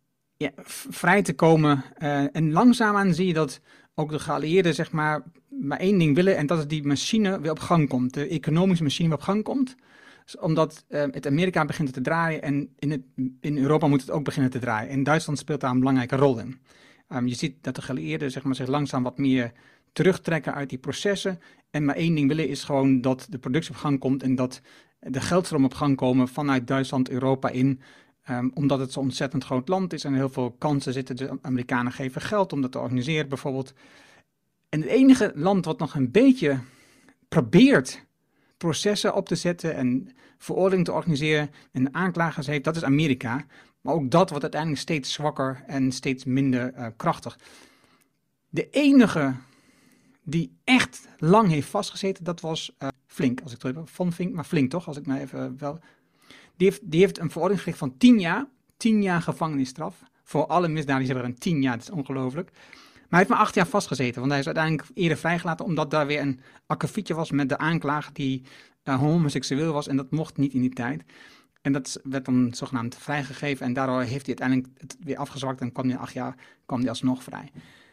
vrij te komen. En langzaamaan zie je dat ook de geallieerden zeg maar één ding willen, en dat is die machine weer op gang komt, de economische machine weer op gang komt. Dus omdat het Amerika begint te draaien en in Europa moet het ook beginnen te draaien. En Duitsland speelt daar een belangrijke rol in. Je ziet dat de geallieerden zeg maar, zich langzaam wat meer terugtrekken uit die processen. En maar één ding willen is gewoon dat de productie op gang komt en dat de geldstroom op gang komen vanuit Duitsland, Europa in. Omdat het zo'n ontzettend groot land is en heel veel kansen zitten. De Amerikanen geven geld om dat te organiseren bijvoorbeeld. En het enige land wat nog een beetje probeert processen op te zetten en veroordeling te organiseren en aanklagers heeft, dat is Amerika. Maar ook dat wordt uiteindelijk steeds zwakker en steeds minder krachtig. De enige die echt lang heeft vastgezeten, dat was Flink. Als ik het heb, Von Fink, maar Flink toch? Als ik nou even wel. Die heeft een verordening gekregen van 10 jaar. 10 jaar gevangenisstraf. Voor alle misdaden die ze hebben 10 jaar. Dat is ongelooflijk. Maar hij heeft maar 8 jaar vastgezeten. Want hij is uiteindelijk eerder vrijgelaten. Omdat daar weer een akkefietje was met de aanklager die homoseksueel was. En dat mocht niet in die tijd. En dat werd dan zogenaamd vrijgegeven. En daardoor heeft hij uiteindelijk het weer afgezwakt. En kwam hij 8 jaar alsnog vrij.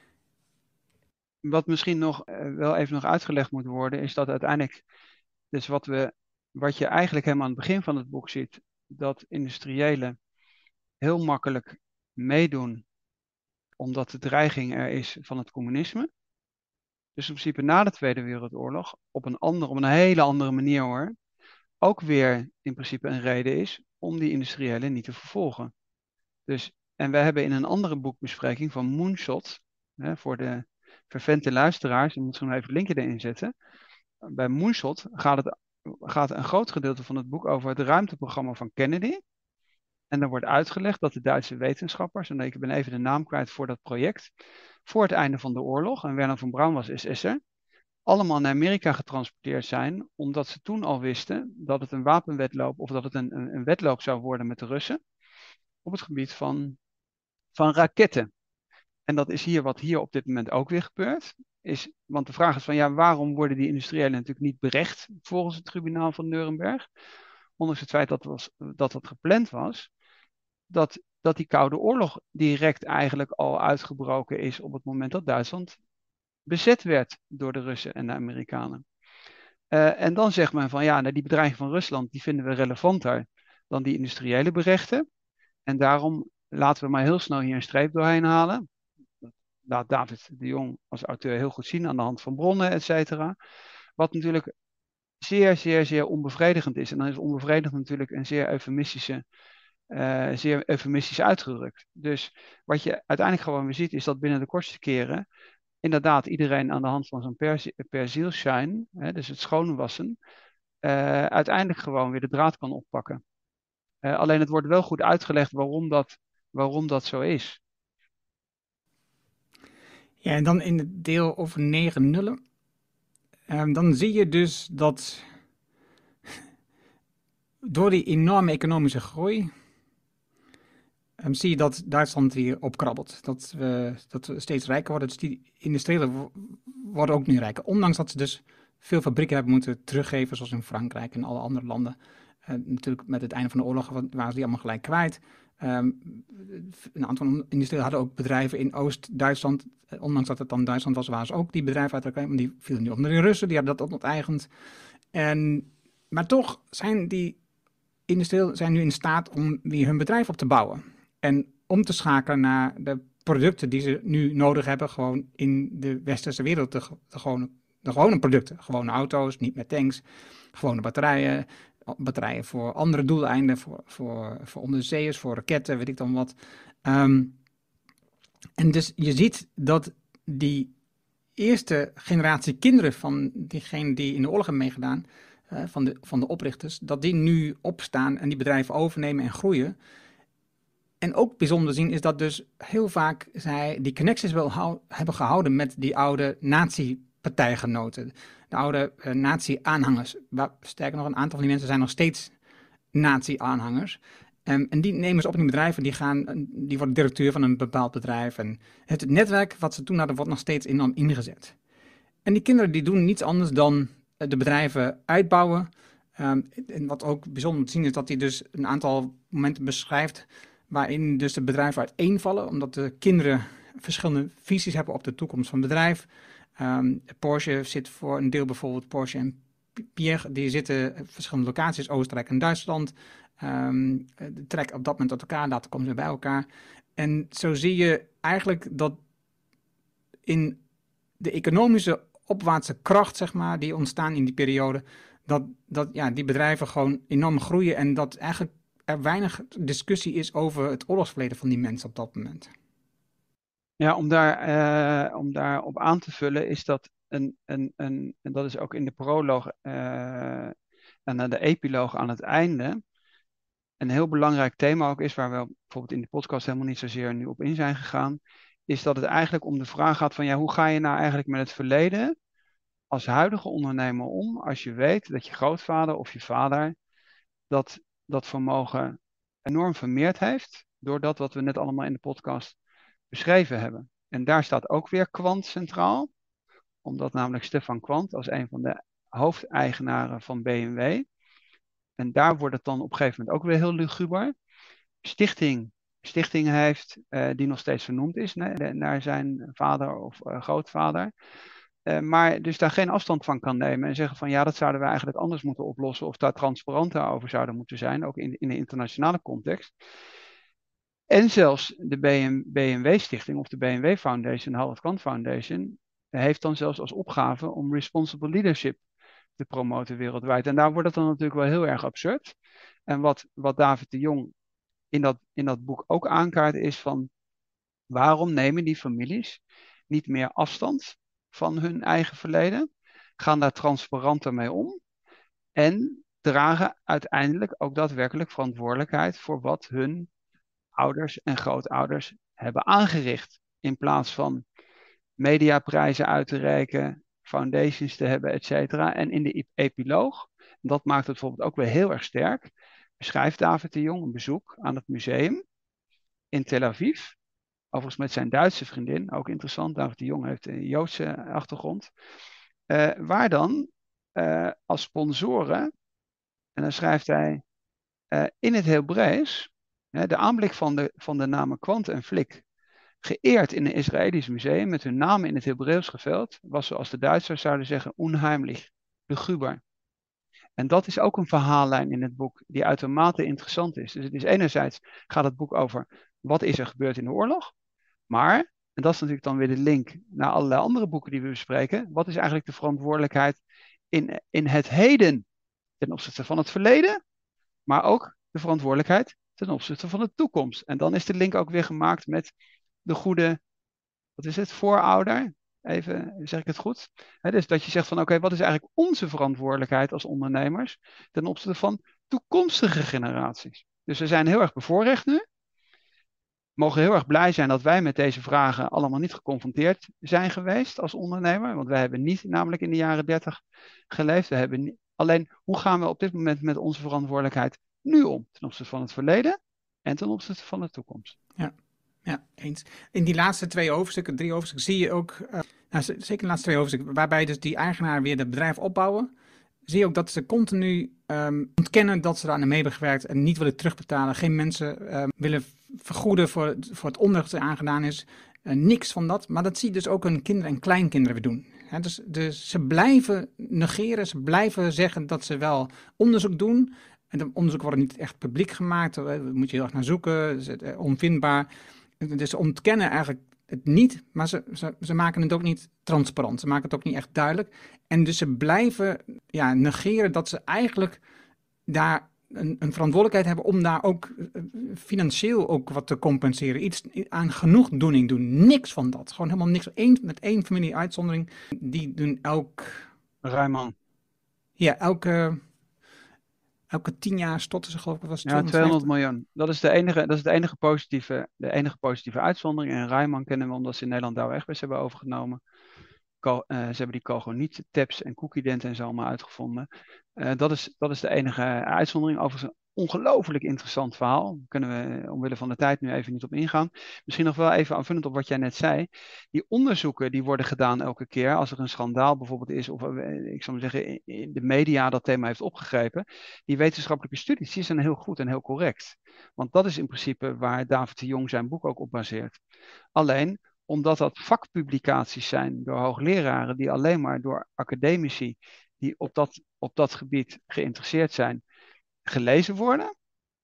Wat misschien nog wel even nog uitgelegd moet worden, is dat uiteindelijk, dus wat je eigenlijk helemaal aan het begin van het boek ziet, dat industriëlen heel makkelijk meedoen, omdat de dreiging er is van het communisme. Dus in principe na de Tweede Wereldoorlog, op een hele andere manier hoor, ook weer in principe een reden is om die industriëlen niet te vervolgen. Dus, en we hebben in een andere boekbespreking van Moonshot, voor de vervente luisteraars, ik moet misschien even het linkje erin zetten. Bij Moonshot gaat een groot gedeelte van het boek over het ruimteprogramma van Kennedy. En dan wordt uitgelegd dat de Duitse wetenschappers, en ik ben even de naam kwijt voor dat project, voor het einde van de oorlog, en Wernher von Braun was SS'er, allemaal naar Amerika getransporteerd zijn, omdat ze toen al wisten dat het een wapenwedloop, of dat het een wedloop zou worden met de Russen, op het gebied van raketten. En dat is wat hier op dit moment ook weer gebeurt. Want de vraag is van, waarom worden die industriëlen natuurlijk niet berecht volgens het tribunaal van Nuremberg? Ondanks het feit dat gepland was, dat die Koude Oorlog direct eigenlijk al uitgebroken is op het moment dat Duitsland bezet werd door de Russen en de Amerikanen. En dan zegt men van, die bedreiging van Rusland, die vinden we relevanter dan die industriële berechten. En daarom laten we maar heel snel hier een streep doorheen halen. Laat David de Jong als auteur heel goed zien aan de hand van bronnen, et cetera. Wat natuurlijk zeer, zeer, zeer onbevredigend is. En dan is onbevredigend natuurlijk een zeer eufemistisch uitgedrukt. Dus wat je uiteindelijk gewoon weer ziet, is dat binnen de kortste keren inderdaad iedereen aan de hand van zo'n persielschein, dus het schoonwassen, uiteindelijk gewoon weer de draad kan oppakken. Alleen het wordt wel goed uitgelegd waarom dat zo is. Ja, en dan in het deel over 9 nullen. Dan zie je dus dat door die enorme economische groei zie je dat Duitsland weer opkrabbelt. Dat we steeds rijker worden. Dus die industriëlen worden ook nu rijker. Ondanks dat ze dus veel fabrieken hebben moeten teruggeven, zoals in Frankrijk en alle andere landen. Natuurlijk met het einde van de oorlog waren ze die allemaal gelijk kwijt. Een aantal industriëlen hadden ook bedrijven in Oost-Duitsland. Ondanks dat het dan Duitsland was, waren ze ook die bedrijven uit elkaar. Want die vielen nu onder de Russen, die hadden dat onteigend. Maar toch zijn die industriëlen nu in staat om weer hun bedrijf op te bouwen. En om te schakelen naar de producten die ze nu nodig hebben, gewoon in de westerse wereld te De gewone producten, gewone auto's, niet met tanks, gewone batterijen voor andere doeleinden, voor onderzeeërs, voor raketten, weet ik dan wat. En dus je ziet dat die eerste generatie kinderen van diegenen die in de oorlog hebben meegedaan, van de oprichters, dat die nu opstaan en die bedrijven overnemen en groeien. En ook bijzonder te zien is dat dus heel vaak zij die connecties wel hebben gehouden met die oude nazi-partijgenoten. De oude nazi-aanhangers. Sterker nog, een aantal van die mensen zijn nog steeds nazi-aanhangers. En die nemen ze op in die bedrijven, die worden directeur van een bepaald bedrijf. En het netwerk wat ze toen hadden, wordt nog steeds enorm ingezet. En die kinderen die doen niets anders dan de bedrijven uitbouwen. En wat ook bijzonder te zien is dat hij dus een aantal momenten beschrijft waarin dus de bedrijven uiteenvallen, omdat de kinderen verschillende visies hebben op de toekomst van het bedrijf. Porsche zit voor een deel bijvoorbeeld, Porsche en Pierre, die zitten op verschillende locaties, Oostenrijk en Duitsland. Trekken op dat moment uit elkaar, later komen ze bij elkaar. En zo zie je eigenlijk dat in de economische opwaartse kracht, zeg maar, die ontstaan in die periode, dat die bedrijven gewoon enorm groeien en dat eigenlijk er weinig discussie is over het oorlogsverleden van die mensen op dat moment. Ja, om daar op aan te vullen is dat en dat is ook in de proloog en de epiloog aan het einde een heel belangrijk thema ook is, waar we bijvoorbeeld in de podcast helemaal niet zozeer nu op in zijn gegaan, is dat het eigenlijk om de vraag gaat van hoe ga je nou eigenlijk met het verleden als huidige ondernemer om, als je weet dat je grootvader of je vader dat vermogen enorm vermeerd heeft, door dat wat we net allemaal in de podcast beschreven hebben. En daar staat ook weer Quandt centraal, omdat namelijk Stefan Quandt als een van de hoofdeigenaren van BMW, en daar wordt het dan op een gegeven moment ook weer heel luguber, stichting heeft, die nog steeds vernoemd is naar zijn vader of grootvader, maar dus daar geen afstand van kan nemen en zeggen van dat zouden we eigenlijk anders moeten oplossen of daar transparanter over zouden moeten zijn, ook in de internationale context. En zelfs de BMW-stichting of de BMW Foundation, de Harold Quandt Foundation, heeft dan zelfs als opgave om responsible leadership te promoten wereldwijd. En daar wordt het dan natuurlijk wel heel erg absurd. En wat David de Jong in dat boek ook aankaart is van waarom nemen die families niet meer afstand van hun eigen verleden, gaan daar transparanter mee om en dragen uiteindelijk ook daadwerkelijk verantwoordelijkheid voor wat hun ouders en grootouders hebben aangericht. In plaats van mediaprijzen uit te reiken, foundations te hebben, et cetera. En in de epiloog, dat maakt het bijvoorbeeld ook weer heel erg sterk, beschrijft David de Jong een bezoek aan het museum in Tel Aviv. Overigens met zijn Duitse vriendin, ook interessant. David de Jong heeft een Joodse achtergrond. Waar dan als sponsoren, en dan schrijft hij in het Hebreeuws, de aanblik van de namen Quandt en Flick, geëerd in een Israëlisch museum met hun namen in het Hebreeuws geveld, was zoals de Duitsers zouden zeggen, unheimlich, luguber. En dat is ook een verhaallijn in het boek die uitermate interessant is. Dus het is enerzijds gaat het boek over wat is er gebeurd in de oorlog, maar, en dat is natuurlijk dan weer de link naar allerlei andere boeken die we bespreken, wat is eigenlijk de verantwoordelijkheid in het heden ten opzichte van het verleden, maar ook de verantwoordelijkheid ten opzichte van de toekomst. En dan is de link ook weer gemaakt met de goede, voorouder? Even, zeg ik het goed? Dus dat je zegt van oké, wat is eigenlijk onze verantwoordelijkheid als ondernemers ten opzichte van toekomstige generaties? Dus we zijn heel erg bevoorrecht nu. Mogen heel erg blij zijn dat wij met deze vragen allemaal niet geconfronteerd zijn geweest als ondernemer. Want wij hebben niet namelijk in de jaren 30 geleefd. We hebben alleen, hoe gaan we op dit moment met onze verantwoordelijkheid nu om? Ten opzichte van het verleden en ten opzichte van de toekomst. Ja, eens. In die laatste 3 hoofdstukken zie je ook, zeker de laatste 2 hoofdstukken, waarbij dus die eigenaar weer het bedrijf opbouwen, zie je ook dat ze continu ontkennen dat ze daar aan mee hebben gewerkt en niet willen terugbetalen. Geen mensen willen vergoeden voor het onrecht dat er aangedaan is. Niks van dat. Maar dat zie je dus ook hun kinderen en kleinkinderen weer doen. Dus ze blijven negeren, ze blijven zeggen dat ze wel onderzoek doen. En dat onderzoek wordt niet echt publiek gemaakt. Daar moet je heel erg naar zoeken. Het is onvindbaar. Dus ze ontkennen eigenlijk het niet, maar ze maken het ook niet transparant. Ze maken het ook niet echt duidelijk. En dus ze blijven negeren dat ze eigenlijk daar een verantwoordelijkheid hebben om daar ook financieel ook wat te compenseren. Iets aan genoegdoening doen. Niks van dat. Gewoon helemaal niks. Met één familie uitzondering. Die doen Rijman. Ja, elke 10 jaar stotten ze, geloof ik. Was 200 miljoen. Dat is de enige positieve uitzondering. En Rijman kennen we omdat ze in Nederland Douwe Egberts hebben overgenomen. Ze hebben die Cogoniet-tabs en cookie-denten en zo allemaal uitgevonden. Dat is de enige uitzondering. Overigens een ongelooflijk interessant verhaal. Daar kunnen we omwille van de tijd nu even niet op ingaan. Misschien nog wel even aanvullend op wat jij net zei. Die onderzoeken die worden gedaan elke keer als er een schandaal bijvoorbeeld is, of ik zou maar zeggen in de media dat thema heeft opgegrepen. Die wetenschappelijke studies die zijn heel goed en heel correct. Want dat is in principe waar David de Jong zijn boek ook op baseert. Alleen omdat dat vakpublicaties zijn door hoogleraren die alleen maar door academici die op dat gebied geïnteresseerd zijn, gelezen worden,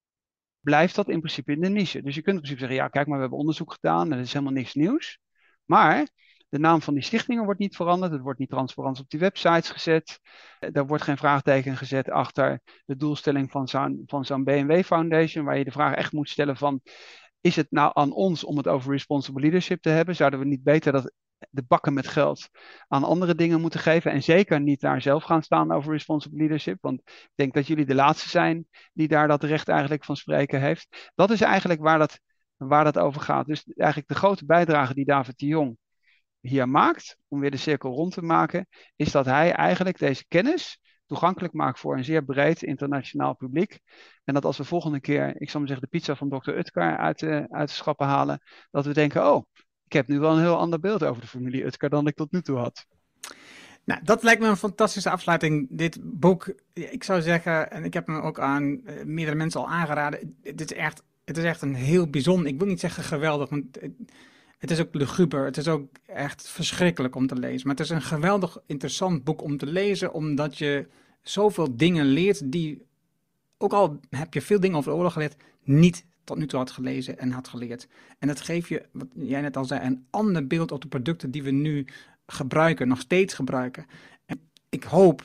blijft dat in principe in de niche. Dus je kunt in principe zeggen, ja kijk maar, we hebben onderzoek gedaan en het is helemaal niks nieuws. Maar de naam van die stichtingen wordt niet veranderd, het wordt niet transparant op die websites gezet, er wordt geen vraagteken gezet achter de doelstelling van zo'n BMW Foundation, waar je de vraag echt moet stellen van, is het nou aan ons om het over responsible leadership te hebben? Zouden we niet beter de bakken met geld aan andere dingen moeten geven? En zeker niet daar zelf gaan staan over responsible leadership. Want ik denk dat jullie de laatste zijn die daar dat recht eigenlijk van spreken heeft. Dat is eigenlijk waar dat over gaat. Dus eigenlijk de grote bijdrage die David de Jong hier maakt, om weer de cirkel rond te maken, is dat hij eigenlijk deze kennis toegankelijk maakt voor een zeer breed internationaal publiek. En dat als we volgende keer, ik zal maar zeggen, de pizza van Dr. Utker uit de schappen halen, dat we denken, oh, ik heb nu wel een heel ander beeld over de familie Utker dan ik tot nu toe had. Nou, dat lijkt me een fantastische afsluiting. Dit boek, ik zou zeggen, en ik heb hem ook aan meerdere mensen al aangeraden, het is echt een heel bijzonder, ik wil niet zeggen geweldig, want het is ook luguber, het is ook echt verschrikkelijk om te lezen. Maar het is een geweldig interessant boek om te lezen, omdat je zoveel dingen leert die, ook al heb je veel dingen over de oorlog geleerd, niet tot nu toe had gelezen en had geleerd. En dat geeft je, wat jij net al zei, een ander beeld op de producten die we nu gebruiken, nog steeds gebruiken. En ik hoop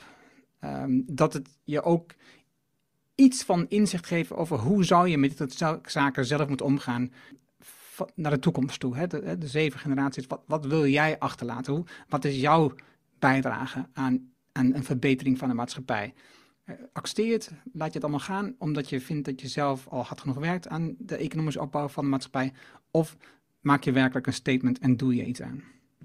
dat het je ook iets van inzicht geeft over hoe zou je met dit soort zaken zelf moeten omgaan naar de toekomst toe. Hè? De 7 generaties, wat wil jij achterlaten? Wat is jouw bijdrage aan een verbetering van de maatschappij? Accepteer het, laat je het allemaal gaan, omdat je vindt dat je zelf al hard genoeg werkt aan de economische opbouw van de maatschappij, of maak je werkelijk een statement en doe je iets aan.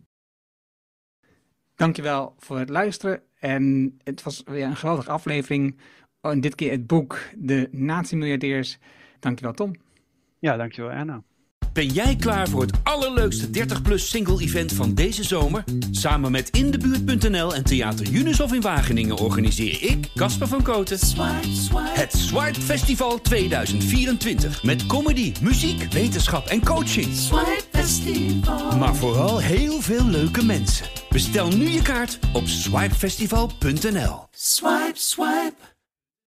Dankjewel voor het luisteren en het was weer een geweldige aflevering. En dit keer het boek De Nazi-miljardairs. Dankjewel Tom. Ja, dankjewel Erno. Ben jij klaar voor het allerleukste 30-plus single-event van deze zomer? Samen met Indebuurt.nl en Theater Junushof in Wageningen organiseer ik, Casper van Koten, het Swipe Festival 2024. Met comedy, muziek, wetenschap en coaching. Swipe Festival. Maar vooral heel veel leuke mensen. Bestel nu je kaart op swipefestival.nl. Swipe, swipe.